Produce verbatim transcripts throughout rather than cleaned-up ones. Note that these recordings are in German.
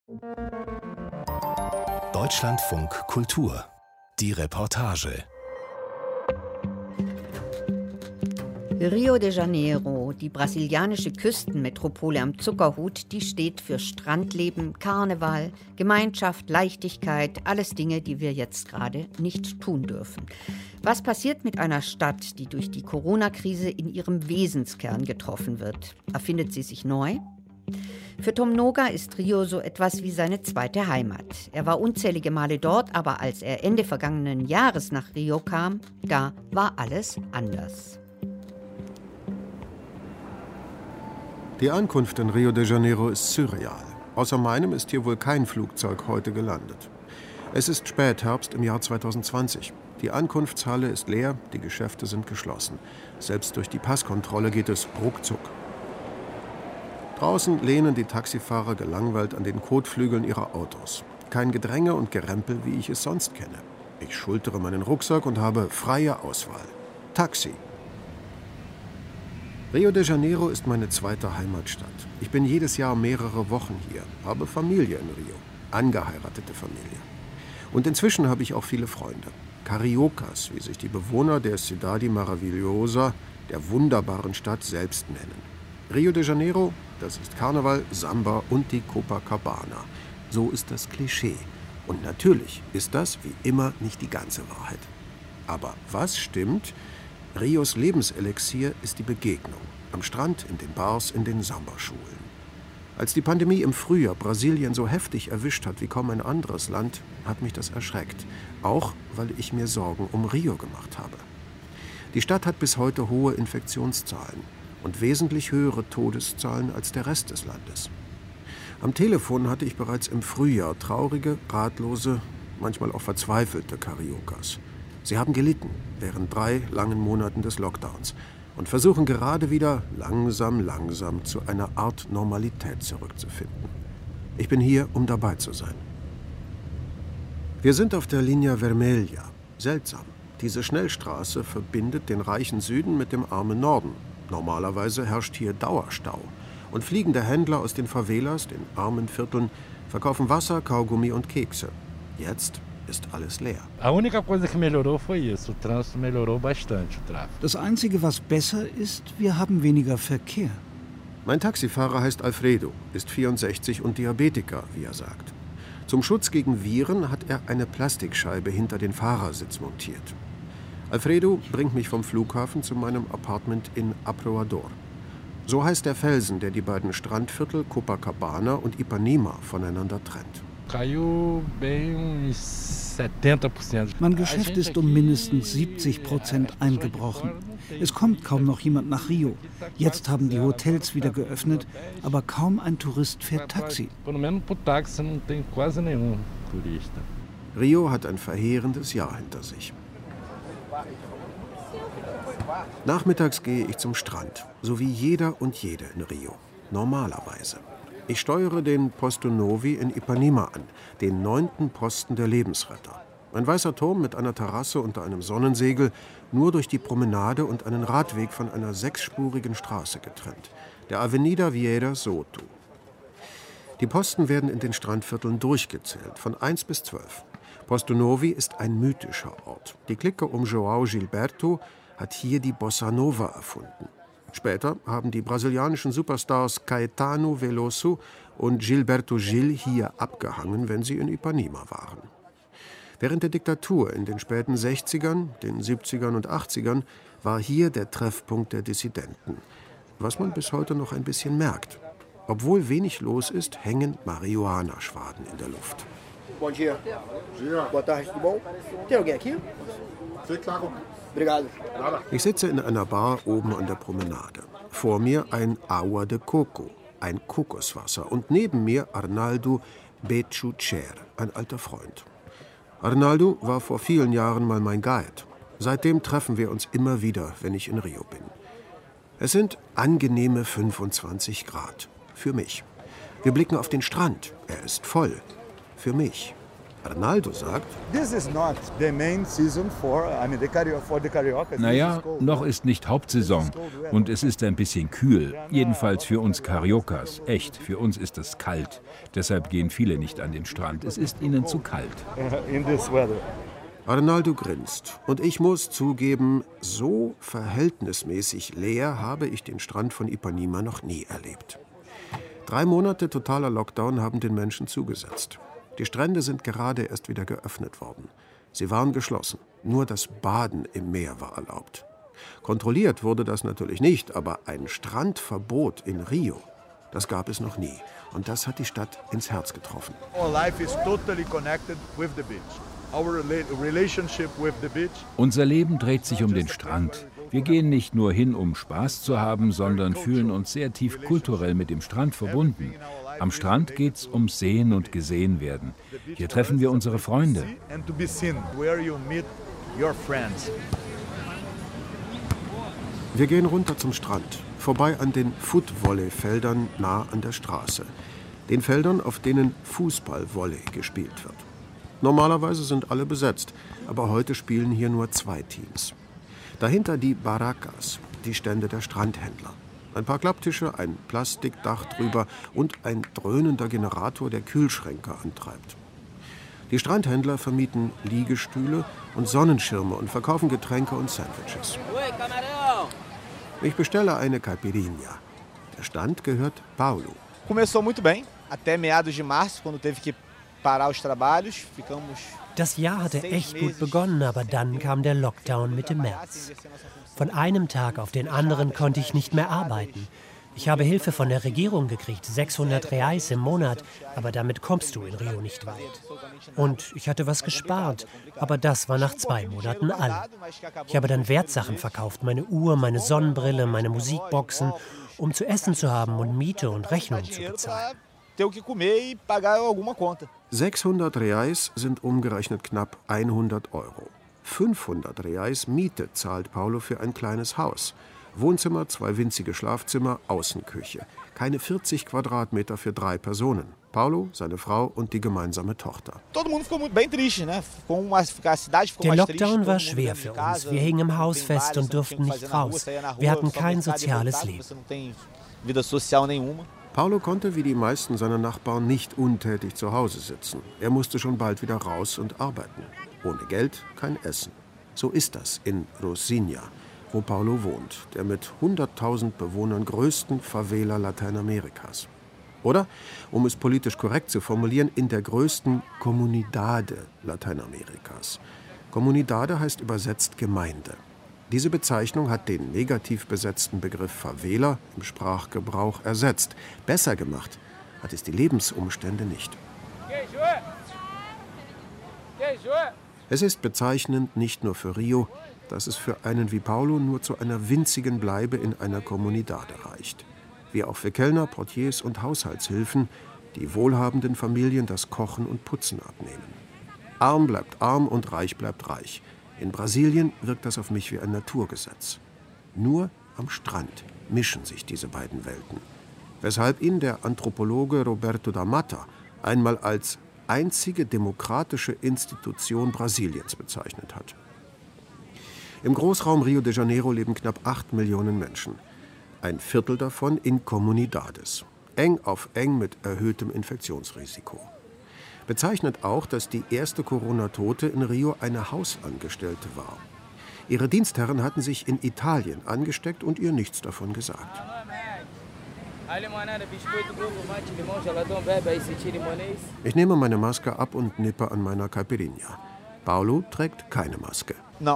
Deutschlandfunk Kultur. Die Reportage. Rio de Janeiro, die brasilianische Küstenmetropole am Zuckerhut, die steht für Strandleben, Karneval, Gemeinschaft, Leichtigkeit, alles Dinge, die wir jetzt gerade nicht tun dürfen. Was passiert mit einer Stadt, die durch die Corona-Krise in ihrem Wesenskern getroffen wird? Erfindet sie sich neu? Für Tom Noga ist Rio so etwas wie seine zweite Heimat. Er war unzählige Male dort, aber als er Ende vergangenen Jahres nach Rio kam, da war alles anders. Die Ankunft in Rio de Janeiro ist surreal. Außer meinem ist hier wohl kein Flugzeug heute gelandet. Es ist Spätherbst im Jahr zweitausendzwanzig. Die Ankunftshalle ist leer, die Geschäfte sind geschlossen. Selbst durch die Passkontrolle geht es ruckzuck. Draußen lehnen die Taxifahrer gelangweilt an den Kotflügeln ihrer Autos. Kein Gedränge und Gerempel, wie ich es sonst kenne. Ich schultere meinen Rucksack und habe freie Auswahl. Taxi. Rio de Janeiro ist meine zweite Heimatstadt. Ich bin jedes Jahr mehrere Wochen hier, habe Familie in Rio, angeheiratete Familie. Und inzwischen habe ich auch viele Freunde. Cariocas, wie sich die Bewohner der Cidade Maravilhosa, der wunderbaren Stadt, selbst nennen. Rio de Janeiro, das ist Karneval, Samba und die Copacabana. So ist das Klischee. Und natürlich ist das, wie immer, nicht die ganze Wahrheit. Aber was stimmt? Rios Lebenselixier ist die Begegnung. Am Strand, in den Bars, in den Samba-Schulen. Als die Pandemie im Frühjahr Brasilien so heftig erwischt hat wie kaum ein anderes Land, hat mich das erschreckt. Auch, weil ich mir Sorgen um Rio gemacht habe. Die Stadt hat bis heute hohe Infektionszahlen und wesentlich höhere Todeszahlen als der Rest des Landes. Am Telefon hatte ich bereits im Frühjahr traurige, ratlose, manchmal auch verzweifelte Cariocas. Sie haben gelitten während drei langen Monaten des Lockdowns und versuchen gerade wieder langsam, langsam zu einer Art Normalität zurückzufinden. Ich bin hier, um dabei zu sein. Wir sind auf der Linea Vermelha. Seltsam. Diese Schnellstraße verbindet den reichen Süden mit dem armen Norden. Normalerweise herrscht hier Dauerstau. Und fliegende Händler aus den Favelas, den armen Vierteln, verkaufen Wasser, Kaugummi und Kekse. Jetzt ist alles leer. Das Einzige, was besser ist, wir haben weniger Verkehr. Mein Taxifahrer heißt Alfredo, ist vierundsechzig und Diabetiker, wie er sagt. Zum Schutz gegen Viren hat er eine Plastikscheibe hinter den Fahrersitz montiert. Alfredo bringt mich vom Flughafen zu meinem Apartment in Aproador. So heißt der Felsen, der die beiden Strandviertel Copacabana und Ipanema voneinander trennt. Mein Geschäft ist um mindestens siebzig Prozent eingebrochen. Es kommt kaum noch jemand nach Rio. Jetzt haben die Hotels wieder geöffnet, aber kaum ein Tourist fährt Taxi. Rio hat ein verheerendes Jahr hinter sich. Nachmittags gehe ich zum Strand, so wie jeder und jede in Rio. Normalerweise. Ich steuere den Posto Novi in Ipanema an, den neunten Posten der Lebensretter. Ein weißer Turm mit einer Terrasse unter einem Sonnensegel, nur durch die Promenade und einen Radweg von einer sechsspurigen Straße getrennt, der Avenida Vieira Soto. Die Posten werden in den Strandvierteln durchgezählt, von eins bis zwölf. Posto Novi ist ein mythischer Ort. Die Clique um João Gilberto hat hier die Bossa Nova erfunden. Später haben die brasilianischen Superstars Caetano Veloso und Gilberto Gil hier abgehangen, wenn sie in Ipanema waren. Während der Diktatur in den späten sechzigern, den siebzigern und achtzigern war hier der Treffpunkt der Dissidenten, was man bis heute noch ein bisschen merkt. Obwohl wenig los ist, hängen Marihuana-Schwaden in der Luft. Bom dia. Boa tarde, tudo bom? Tem alguém aqui? Sim, claro. Obrigado. Ich sitze in einer Bar oben an der Promenade. Vor mir ein Agua de Coco, ein Kokoswasser. Und neben mir Arnaldo Bechucher, ein alter Freund. Arnaldo war vor vielen Jahren mal mein Guide. Seitdem treffen wir uns immer wieder, wenn ich in Rio bin. Es sind angenehme fünfundzwanzig Grad. Für mich. Wir blicken auf den Strand. Er ist voll. Für mich. Arnaldo sagt, naja, noch ist nicht Hauptsaison und es ist ein bisschen kühl. Jedenfalls für uns Cariocas. Echt, für uns ist es kalt. Deshalb gehen viele nicht an den Strand. Es ist ihnen zu kalt. Arnaldo grinst. Und ich muss zugeben, so verhältnismäßig leer habe ich den Strand von Ipanema noch nie erlebt. Drei Monate totaler Lockdown haben den Menschen zugesetzt. Die Strände sind gerade erst wieder geöffnet worden. Sie waren geschlossen. Nur das Baden im Meer war erlaubt. Kontrolliert wurde das natürlich nicht, aber ein Strandverbot in Rio, das gab es noch nie. Und das hat die Stadt ins Herz getroffen. Unser Leben dreht sich um den Strand. Wir gehen nicht nur hin, um Spaß zu haben, sondern fühlen uns sehr tief kulturell mit dem Strand verbunden. Am Strand geht's ums Sehen und Gesehen werden. Hier treffen wir unsere Freunde. Wir gehen runter zum Strand, vorbei an den Footvolley-Feldern nah an der Straße. Den Feldern, auf denen Fußball-Volley gespielt wird. Normalerweise sind alle besetzt, aber heute spielen hier nur zwei Teams. Dahinter die Barracas, die Stände der Strandhändler. Ein paar Klapptische, ein Plastikdach drüber und ein dröhnender Generator, der Kühlschränke antreibt. Die Strandhändler vermieten Liegestühle und Sonnenschirme und verkaufen Getränke und Sandwiches. Ich bestelle eine Caipirinha. Der Stand gehört Paulo. Começou muito bem, até meados de março, quando teve que parar os trabalhos, ficamos. Das Jahr hatte echt gut begonnen, aber dann kam der Lockdown Mitte März. Von einem Tag auf den anderen konnte ich nicht mehr arbeiten. Ich habe Hilfe von der Regierung gekriegt, sechshundert Reais im Monat, aber damit kommst du in Rio nicht weit. Und ich hatte was gespart, aber das war nach zwei Monaten alle. Ich habe dann Wertsachen verkauft, meine Uhr, meine Sonnenbrille, meine Musikboxen, um zu essen zu haben und Miete und Rechnungen zu bezahlen. sechshundert Reais sind umgerechnet knapp hundert Euro. fünfhundert Reais Miete zahlt Paulo für ein kleines Haus. Wohnzimmer, zwei winzige Schlafzimmer, Außenküche. Keine vierzig Quadratmeter für drei Personen. Paulo, seine Frau und die gemeinsame Tochter. Der Lockdown war schwer für uns. Wir hingen im Haus fest und durften nicht raus. Wir hatten kein soziales Leben. Paulo konnte wie die meisten seiner Nachbarn nicht untätig zu Hause sitzen. Er musste schon bald wieder raus und arbeiten. Ohne Geld kein Essen. So ist das in Rocinha, wo Paulo wohnt, der mit hunderttausend Bewohnern größten Favela Lateinamerikas. Oder, um es politisch korrekt zu formulieren, in der größten Comunidade Lateinamerikas. Comunidade heißt übersetzt Gemeinde. Diese Bezeichnung hat den negativ besetzten Begriff Favela im Sprachgebrauch ersetzt. Besser gemacht hat es die Lebensumstände nicht. Es ist bezeichnend nicht nur für Rio, dass es für einen wie Paulo nur zu einer winzigen Bleibe in einer Comunidade reicht. Wie auch für Kellner, Portiers und Haushaltshilfen, die wohlhabenden Familien das Kochen und Putzen abnehmen. Arm bleibt arm und reich bleibt reich. In Brasilien wirkt das auf mich wie ein Naturgesetz. Nur am Strand mischen sich diese beiden Welten. Weshalb ihn der Anthropologe Roberto da Mata einmal als einzige demokratische Institution Brasiliens bezeichnet hat. Im Großraum Rio de Janeiro leben knapp acht Millionen Menschen. Ein Viertel davon in Comunidades. Eng auf eng mit erhöhtem Infektionsrisiko. Bezeichnet auch, dass die erste Corona-Tote in Rio eine Hausangestellte war. Ihre Dienstherren hatten sich in Italien angesteckt und ihr nichts davon gesagt. Ich nehme meine Maske ab und nippe an meiner Caipirinha. Paulo trägt keine Maske.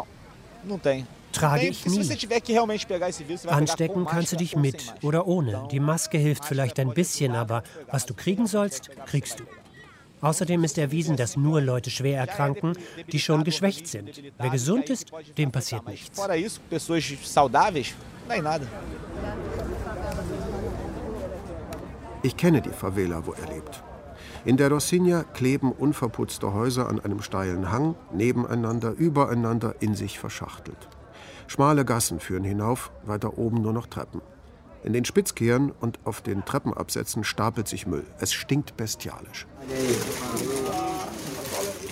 Trage ich nie. Anstecken kannst du dich mit oder ohne. Die Maske hilft vielleicht ein bisschen, aber was du kriegen sollst, kriegst du. Außerdem ist erwiesen, dass nur Leute schwer erkranken, die schon geschwächt sind. Wer gesund ist, dem passiert nichts. Ich kenne die Favela, wo er lebt. In der Rocinha kleben unverputzte Häuser an einem steilen Hang, nebeneinander, übereinander, in sich verschachtelt. Schmale Gassen führen hinauf, weiter oben nur noch Treppen. In den Spitzkehren und auf den Treppenabsätzen stapelt sich Müll. Es stinkt bestialisch.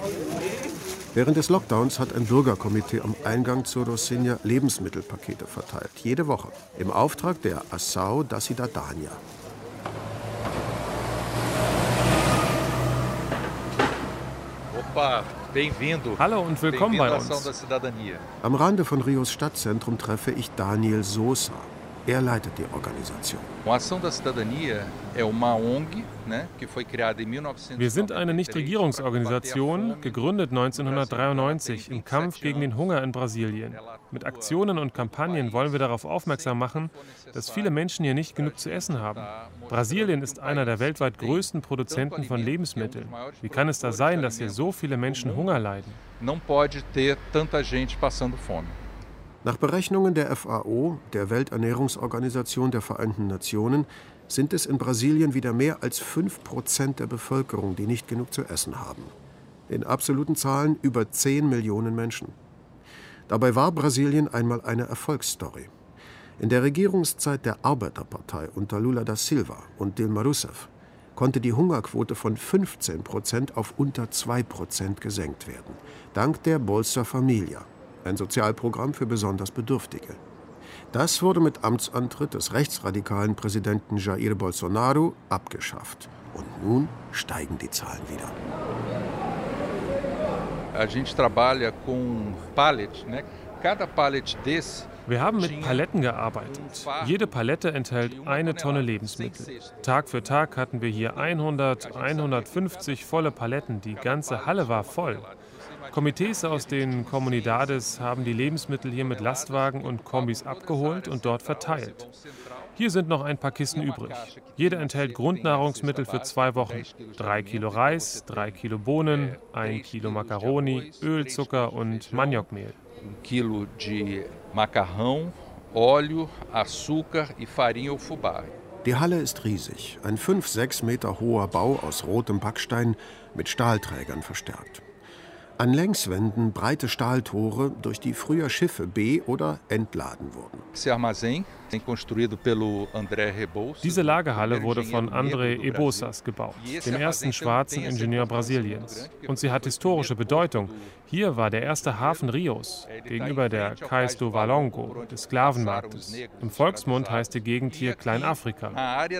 Während des Lockdowns hat ein Bürgerkomitee am Eingang zur Rocinha Lebensmittelpakete verteilt. Jede Woche. Im Auftrag der Ação da Cidadania. Opa, bem-vindo. Hallo und willkommen bei uns. Am Rande von Rios Stadtzentrum treffe ich Daniel Sousa. Er leitet die Organisation. Wir sind eine Nichtregierungsorganisation, gegründet neunzehnhundertdreiundneunzig im Kampf gegen den Hunger in Brasilien. Mit Aktionen und Kampagnen wollen wir darauf aufmerksam machen, dass viele Menschen hier nicht genug zu essen haben. Brasilien ist einer der weltweit größten Produzenten von Lebensmitteln. Wie kann es da sein, dass hier so viele Menschen Hunger leiden? Nach Berechnungen der F A O, der Welternährungsorganisation der Vereinten Nationen, sind es in Brasilien wieder mehr als fünf Prozent der Bevölkerung, die nicht genug zu essen haben. In absoluten Zahlen über zehn Millionen Menschen. Dabei war Brasilien einmal eine Erfolgsstory. In der Regierungszeit der Arbeiterpartei unter Lula da Silva und Dilma Rousseff konnte die Hungerquote von fünfzehn Prozent auf unter zwei Prozent gesenkt werden, dank der Bolsa Familia, ein Sozialprogramm für besonders Bedürftige. Das wurde mit Amtsantritt des rechtsradikalen Präsidenten Jair Bolsonaro abgeschafft. Und nun steigen die Zahlen wieder. Wir haben mit Paletten gearbeitet. Jede Palette enthält eine Tonne Lebensmittel. Tag für Tag hatten wir hier hundert, hundertfünfzig volle Paletten. Die ganze Halle war voll. Komitees aus den Comunidades haben die Lebensmittel hier mit Lastwagen und Kombis abgeholt und dort verteilt. Hier sind noch ein paar Kisten übrig. Jede enthält Grundnahrungsmittel für zwei Wochen. Drei Kilo Reis, drei Kilo Bohnen, ein Kilo Macaroni, Öl, Zucker und Maniokmehl. Ein Kilo de Macarrão, Óleo, Açúcar e Farinha ou Fubá. Die Halle ist riesig. Ein fünf, sechs Meter hoher Bau aus rotem Backstein mit Stahlträgern verstärkt. An Längswänden breite Stahltore, durch die früher Schiffe be- oder entladen wurden. Diese Lagerhalle wurde von André Rebouças gebaut, dem ersten schwarzen Ingenieur Brasiliens. Und sie hat historische Bedeutung. Hier war der erste Hafen Rios, gegenüber der Cais do Valongo, des Sklavenmarktes. Im Volksmund heißt die Gegend hier Kleinafrika.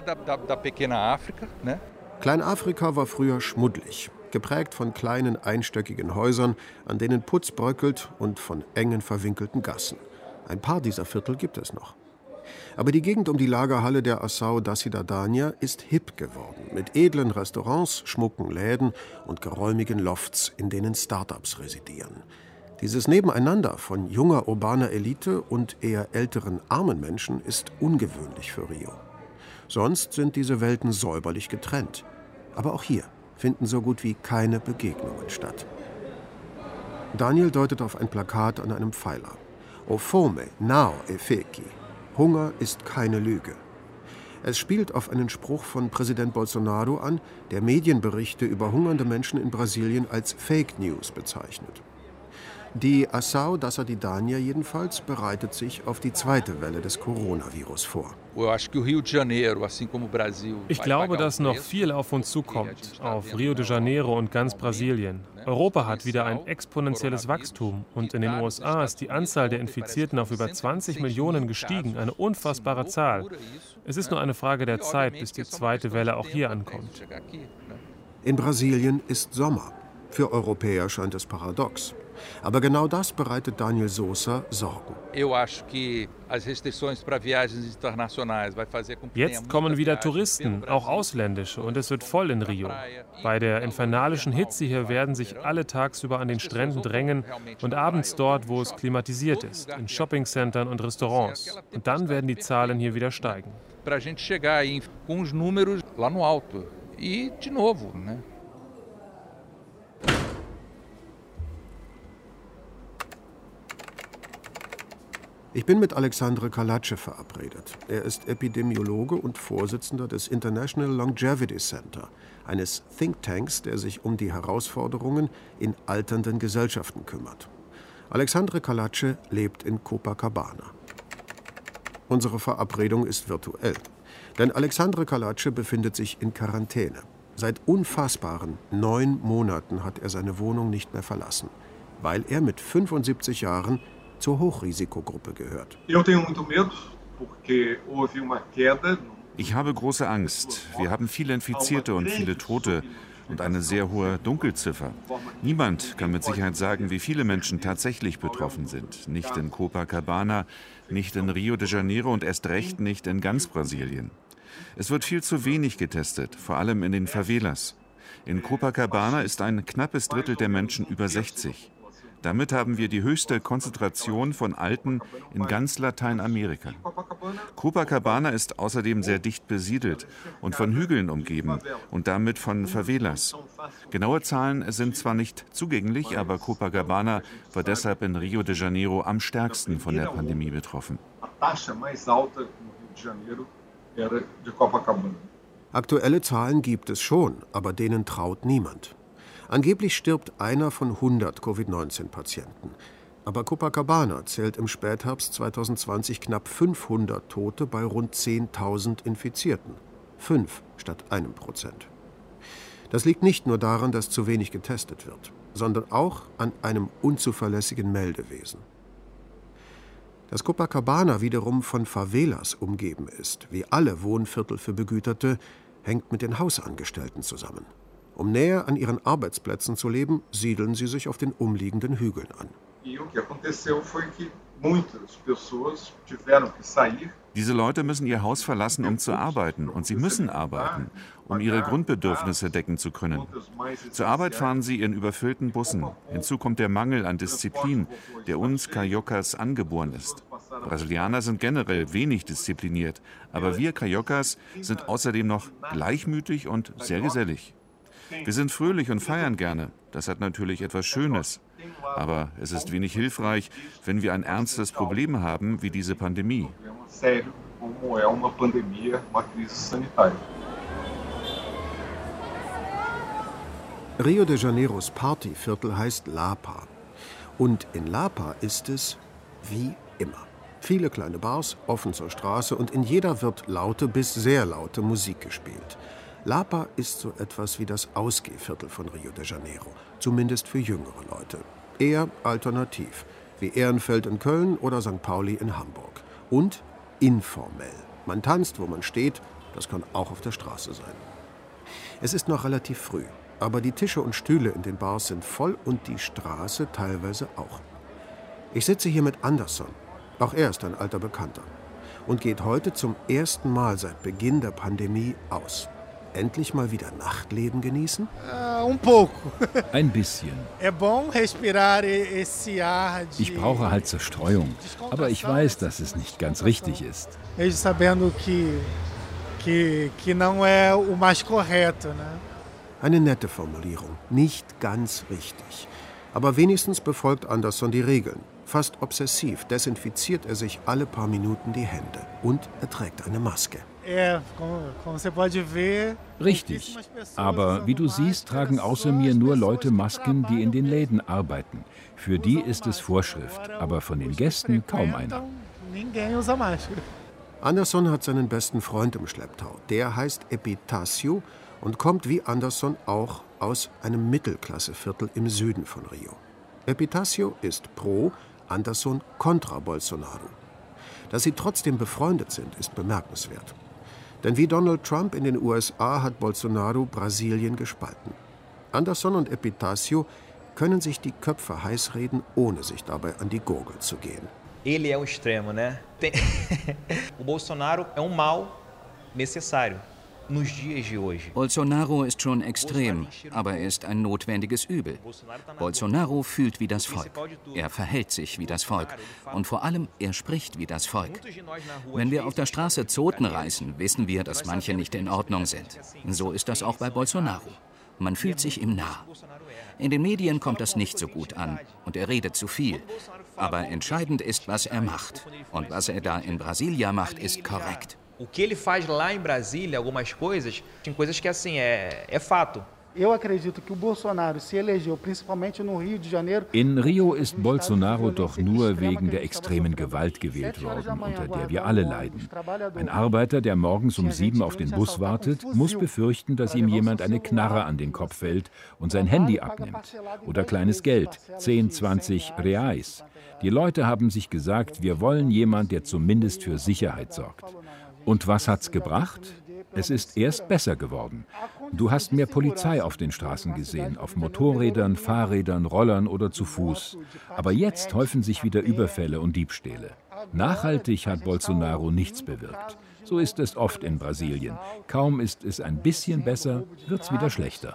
Kleinafrika war früher schmuddelig, geprägt von kleinen einstöckigen Häusern, an denen Putz bröckelt und von engen verwinkelten Gassen. Ein paar dieser Viertel gibt es noch. Aber die Gegend um die Lagerhalle der Ação da Cidadania ist hip geworden, mit edlen Restaurants, schmucken Läden und geräumigen Lofts, in denen Start-ups residieren. Dieses Nebeneinander von junger urbaner Elite und eher älteren armen Menschen ist ungewöhnlich für Rio. Sonst sind diese Welten säuberlich getrennt. Aber auch hier finden so gut wie keine Begegnungen statt. Daniel deutet auf ein Plakat an einem Pfeiler. O fome não é fake. Hunger ist keine Lüge. Es spielt auf einen Spruch von Präsident Bolsonaro an, der Medienberichte über hungernde Menschen in Brasilien als Fake News bezeichnet. Die Ação da Cidadania jedenfalls bereitet sich auf die zweite Welle des Coronavirus vor. Ich glaube, dass noch viel auf uns zukommt, auf Rio de Janeiro und ganz Brasilien. Europa hat wieder ein exponentielles Wachstum und in den U S A ist die Anzahl der Infizierten auf über zwanzig Millionen gestiegen, eine unfassbare Zahl. Es ist nur eine Frage der Zeit, bis die zweite Welle auch hier ankommt. In Brasilien ist Sommer. Für Europäer scheint es paradox. Aber genau das bereitet Daniel Sousa Sorgen. Jetzt kommen wieder Touristen, auch ausländische, und es wird voll in Rio. Bei der infernalischen Hitze hier werden sich alle tagsüber an den Stränden drängen und abends dort, wo es klimatisiert ist, in Shoppingcentern und Restaurants. Und dann werden die Zahlen hier wieder steigen. Ich bin mit Alexandre Kalace verabredet. Er ist Epidemiologe und Vorsitzender des International Longevity Center, eines Thinktanks, der sich um die Herausforderungen in alternden Gesellschaften kümmert. Alexandre Kalace lebt in Copacabana. Unsere Verabredung ist virtuell, denn Alexandre Kalace befindet sich in Quarantäne. Seit unfassbaren neun Monaten hat er seine Wohnung nicht mehr verlassen. weil er mit fünfundsiebzig Jahren zur Hochrisikogruppe gehört. Ich habe große Angst. Wir haben viele Infizierte und viele Tote und eine sehr hohe Dunkelziffer. Niemand kann mit Sicherheit sagen, wie viele Menschen tatsächlich betroffen sind. Nicht in Copacabana, nicht in Rio de Janeiro und erst recht nicht in ganz Brasilien. Es wird viel zu wenig getestet, vor allem in den Favelas. In Copacabana ist ein knappes Drittel der Menschen über sechzig. Damit haben wir die höchste Konzentration von Alten in ganz Lateinamerika. Copacabana ist außerdem sehr dicht besiedelt und von Hügeln umgeben und damit von Favelas. Genaue Zahlen sind zwar nicht zugänglich, aber Copacabana war deshalb in Rio de Janeiro am stärksten von der Pandemie betroffen. Aktuelle Zahlen gibt es schon, aber denen traut niemand. Angeblich stirbt einer von hundert Covid neunzehn Patienten. Aber Copacabana zählt im Spätherbst zweitausendzwanzig knapp fünfhundert Tote bei rund zehntausend Infizierten. Fünf statt einem Prozent. Das liegt nicht nur daran, dass zu wenig getestet wird, sondern auch an einem unzuverlässigen Meldewesen. Dass Copacabana wiederum von Favelas umgeben ist, wie alle Wohnviertel für Begüterte, hängt mit den Hausangestellten zusammen. Um näher an ihren Arbeitsplätzen zu leben, siedeln sie sich auf den umliegenden Hügeln an. Diese Leute müssen ihr Haus verlassen, um zu arbeiten. Und sie müssen arbeiten, um ihre Grundbedürfnisse decken zu können. Zur Arbeit fahren sie in überfüllten Bussen. Hinzu kommt der Mangel an Disziplin, der uns Cariocas angeboren ist. Brasilianer sind generell wenig diszipliniert, aber wir Cariocas sind außerdem noch gleichmütig und sehr gesellig. Wir sind fröhlich und feiern gerne. Das hat natürlich etwas Schönes. Aber es ist wenig hilfreich, wenn wir ein ernstes Problem haben wie diese Pandemie. Rio de Janeiros Partyviertel heißt Lapa. Und in Lapa ist es wie immer. Viele kleine Bars, offen zur Straße, und in jeder wird laute bis sehr laute Musik gespielt. Lapa ist so etwas wie das Ausgehviertel von Rio de Janeiro, zumindest für jüngere Leute. Eher alternativ, wie Ehrenfeld in Köln oder Sankt Pauli in Hamburg. Und informell. Man tanzt, wo man steht, das kann auch auf der Straße sein. Es ist noch relativ früh, aber die Tische und Stühle in den Bars sind voll und die Straße teilweise auch. Ich sitze hier mit Anderson, auch er ist ein alter Bekannter, und geht heute zum ersten Mal seit Beginn der Pandemie aus. Endlich mal wieder Nachtleben genießen? Ein bisschen. Ich brauche halt Zerstreuung, aber ich weiß, dass es nicht ganz richtig ist. Eine nette Formulierung, nicht ganz richtig. Aber wenigstens befolgt Anderson die Regeln. Fast obsessiv desinfiziert er sich alle paar Minuten die Hände und er trägt eine Maske. Richtig. Aber wie du siehst, tragen außer mir nur Leute Masken, die in den Läden arbeiten. Für die ist es Vorschrift, aber von den Gästen kaum einer. Anderson hat seinen besten Freund im Schlepptau. Der heißt Epitácio und kommt wie Anderson auch aus einem Mittelklasseviertel im Süden von Rio. Epitácio ist pro, Anderson kontra Bolsonaro. Dass sie trotzdem befreundet sind, ist bemerkenswert. Denn wie Donald Trump in den U S A hat Bolsonaro Brasilien gespalten. Anderson und Epitácio können sich die Köpfe heiß reden, ohne sich dabei an die Gurgel zu gehen. Ele é o extremo, né? Tem... O Bolsonaro é um mal necessário. Bolsonaro ist schon extrem, aber er ist ein notwendiges Übel. Bolsonaro fühlt wie das Volk. Er verhält sich wie das Volk. Und vor allem, er spricht wie das Volk. Wenn wir auf der Straße Zoten reißen, wissen wir, dass manche nicht in Ordnung sind. So ist das auch bei Bolsonaro. Man fühlt sich ihm nah. In den Medien kommt das nicht so gut an und er redet zu viel. Aber entscheidend ist, was er macht. Und was er da in Brasilia macht, ist korrekt. O que ele faz lá em Brasília, algumas coisas, tem coisas que assim é, é fato. In Rio ist Bolsonaro doch nur wegen der extremen Gewalt gewählt worden, unter der wir alle leiden. Ein Arbeiter, der morgens um sieben auf den Bus wartet, muss befürchten, dass ihm jemand eine Knarre an den Kopf fällt und sein Handy abnimmt. Oder kleines Geld, zehn, zwanzig Reais. Die Leute haben sich gesagt, wir wollen jemand, der zumindest für Sicherheit sorgt. Und was hat's gebracht? Es ist erst besser geworden. Du hast mehr Polizei auf den Straßen gesehen, auf Motorrädern, Fahrrädern, Rollern oder zu Fuß. Aber jetzt häufen sich wieder Überfälle und Diebstähle. Nachhaltig hat Bolsonaro nichts bewirkt. So ist es oft in Brasilien. Kaum ist es ein bisschen besser, wird's wieder schlechter.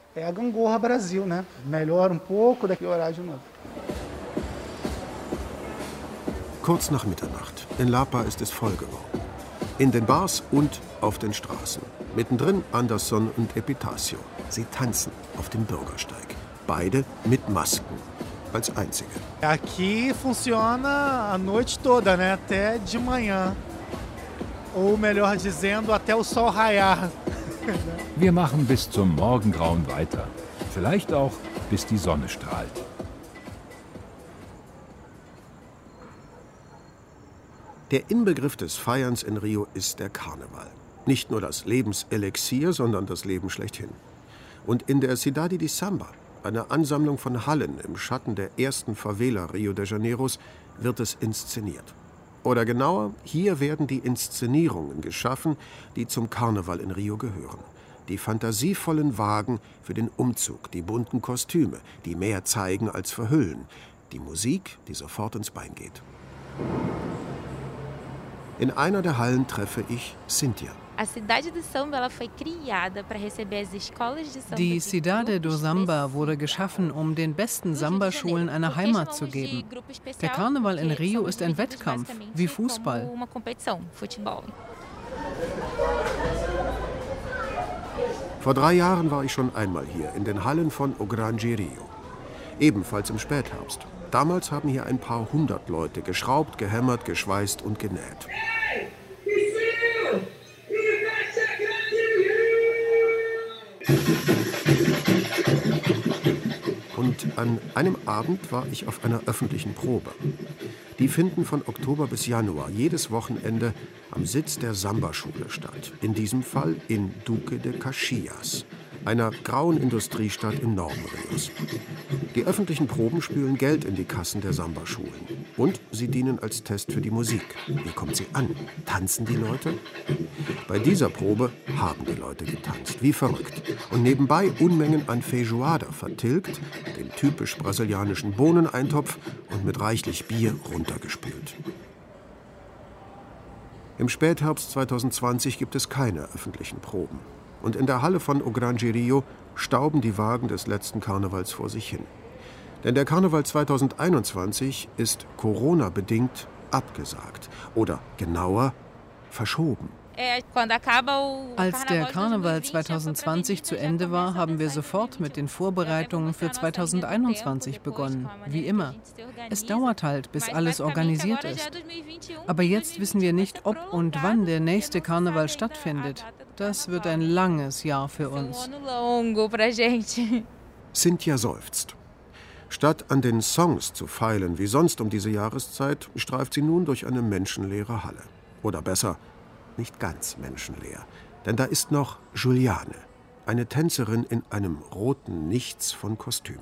Kurz nach Mitternacht. In Lapa ist es voll geworden. In den Bars und auf den Straßen. Mittendrin Anderson und Epitácio. Sie tanzen auf dem Bürgersteig. Beide mit Masken. Als einzige. Aqui funciona a noite toda, né? Até de manhã. Ou melhor dizendo, até o sol raiar. Wir machen bis zum Morgengrauen weiter. Vielleicht auch, bis die Sonne strahlt. Der Inbegriff des Feierns in Rio ist der Karneval. Nicht nur das Lebenselixier, sondern das Leben schlechthin. Und in der Cidade de Samba, einer Ansammlung von Hallen im Schatten der ersten Favela Rio de Janeiros, wird es inszeniert. Oder genauer, hier werden die Inszenierungen geschaffen, die zum Karneval in Rio gehören. Die fantasievollen Wagen für den Umzug, die bunten Kostüme, die mehr zeigen als verhüllen, die Musik, die sofort ins Bein geht. In einer der Hallen treffe ich Cynthia. Die Cidade do Samba wurde geschaffen, um den besten Samba-Schulen eine Heimat zu geben. Der Karneval in Rio ist ein Wettkampf, wie Fußball. Vor drei Jahren war ich schon einmal hier, in den Hallen von O Grande Rio. Ebenfalls im Spätherbst. Damals haben hier ein paar hundert Leute geschraubt, gehämmert, geschweißt und genäht. Und an einem Abend war ich auf einer öffentlichen Probe. Die finden von Oktober bis Januar jedes Wochenende am Sitz der Samba-Schule statt. In diesem Fall in Duque de Caxias, einer grauen Industriestadt im Norden Rios. Die öffentlichen Proben spülen Geld in die Kassen der Samba-Schulen. Und sie dienen als Test für die Musik. Wie kommt sie an? Tanzen die Leute? Bei dieser Probe haben die Leute getanzt, wie verrückt. Und nebenbei Unmengen an Feijoada vertilgt, dem typisch brasilianischen Bohneneintopf und mit reichlich Bier runtergespült. Im Spätherbst zweitausendzwanzig gibt es keine öffentlichen Proben. Und in der Halle von O Grande Rio stauben die Wagen des letzten Karnevals vor sich hin. Denn der Karneval zweitausendeinundzwanzig ist Corona-bedingt abgesagt. Oder genauer, verschoben. Als der Karneval zweitausendzwanzig zu Ende war, haben wir sofort mit den Vorbereitungen für zweitausendeinundzwanzig begonnen. Wie immer. Es dauert halt, bis alles organisiert ist. Aber jetzt wissen wir nicht, ob und wann der nächste Karneval stattfindet. Das wird ein langes Jahr für uns. Cynthia seufzt. Statt an den Songs zu feilen wie sonst um diese Jahreszeit, streift sie nun durch eine menschenleere Halle. Oder besser, nicht ganz menschenleer. Denn da ist noch Juliane, eine Tänzerin in einem roten Nichts von Kostüm.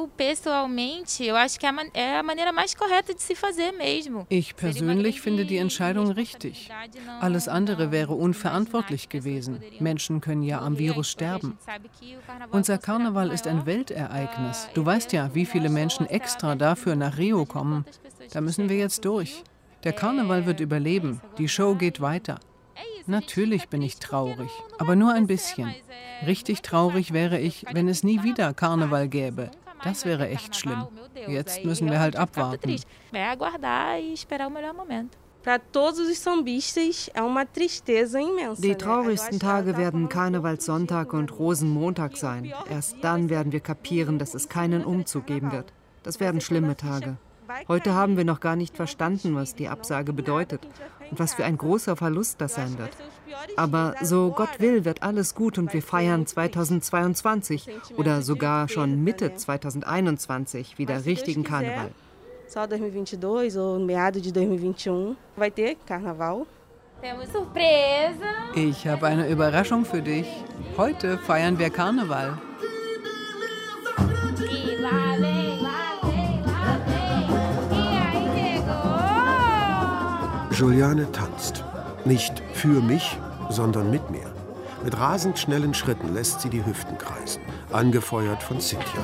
Ich persönlich finde die Entscheidung richtig. Alles andere wäre unverantwortlich gewesen. Menschen können ja am Virus sterben. Unser Karneval ist ein Weltereignis. Du weißt ja, wie viele Menschen extra dafür nach Rio kommen. Da müssen wir jetzt durch. Der Karneval wird überleben. Die Show geht weiter. Natürlich bin ich traurig, aber nur ein bisschen. Richtig traurig wäre ich, wenn es nie wieder Karneval gäbe. Das wäre echt schlimm. Jetzt müssen wir halt abwarten. Die traurigsten Tage werden Karnevalssonntag und Rosenmontag sein. Erst dann werden wir kapieren, dass es keinen Umzug geben wird. Das werden schlimme Tage. Heute haben wir noch gar nicht verstanden, was die Absage bedeutet. Und was für ein großer Verlust das sein wird. Aber so Gott will, wird alles gut und wir feiern zweitausendzweiundzwanzig oder sogar schon Mitte zweitausendeinundzwanzig wieder richtigen Karneval. Só dois mil e vinte e dois ou meado de dois mil e vinte e um vai ter Carnaval. Ich habe eine Überraschung für dich. Heute feiern wir Karneval. Juliane tanzt. Nicht für mich, sondern mit mir. Mit rasend schnellen Schritten lässt sie die Hüften kreisen, angefeuert von Cynthia.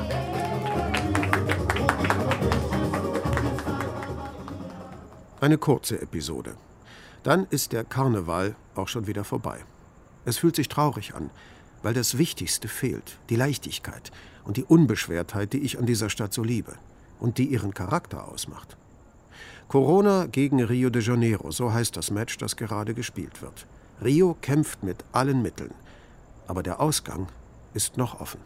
Eine kurze Episode. Dann ist der Karneval auch schon wieder vorbei. Es fühlt sich traurig an, weil das Wichtigste fehlt, die Leichtigkeit und die Unbeschwertheit, die ich an dieser Stadt so liebe und die ihren Charakter ausmacht. Corona gegen Rio de Janeiro, so heißt das Match, das gerade gespielt wird. Rio kämpft mit allen Mitteln, aber der Ausgang ist noch offen.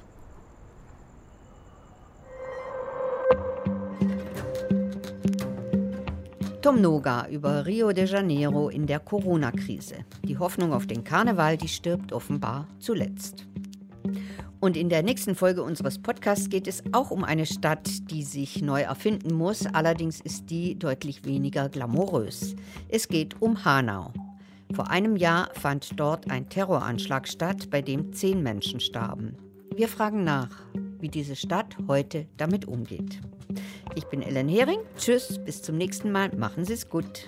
Tom Noga über Rio de Janeiro in der Corona-Krise. Die Hoffnung auf den Karneval, die stirbt offenbar zuletzt. Und in der nächsten Folge unseres Podcasts geht es auch um eine Stadt, die sich neu erfinden muss. Allerdings ist die deutlich weniger glamourös. Es geht um Hanau. Vor einem Jahr fand dort ein Terroranschlag statt, bei dem zehn Menschen starben. Wir fragen nach, wie diese Stadt heute damit umgeht. Ich bin Ellen Hering. Tschüss, bis zum nächsten Mal. Machen Sie es gut.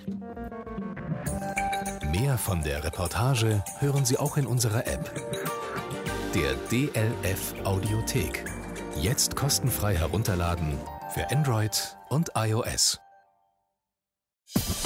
Mehr von der Reportage hören Sie auch in unserer App. Der D L F Audiothek. Jetzt kostenfrei herunterladen für Android und iOS.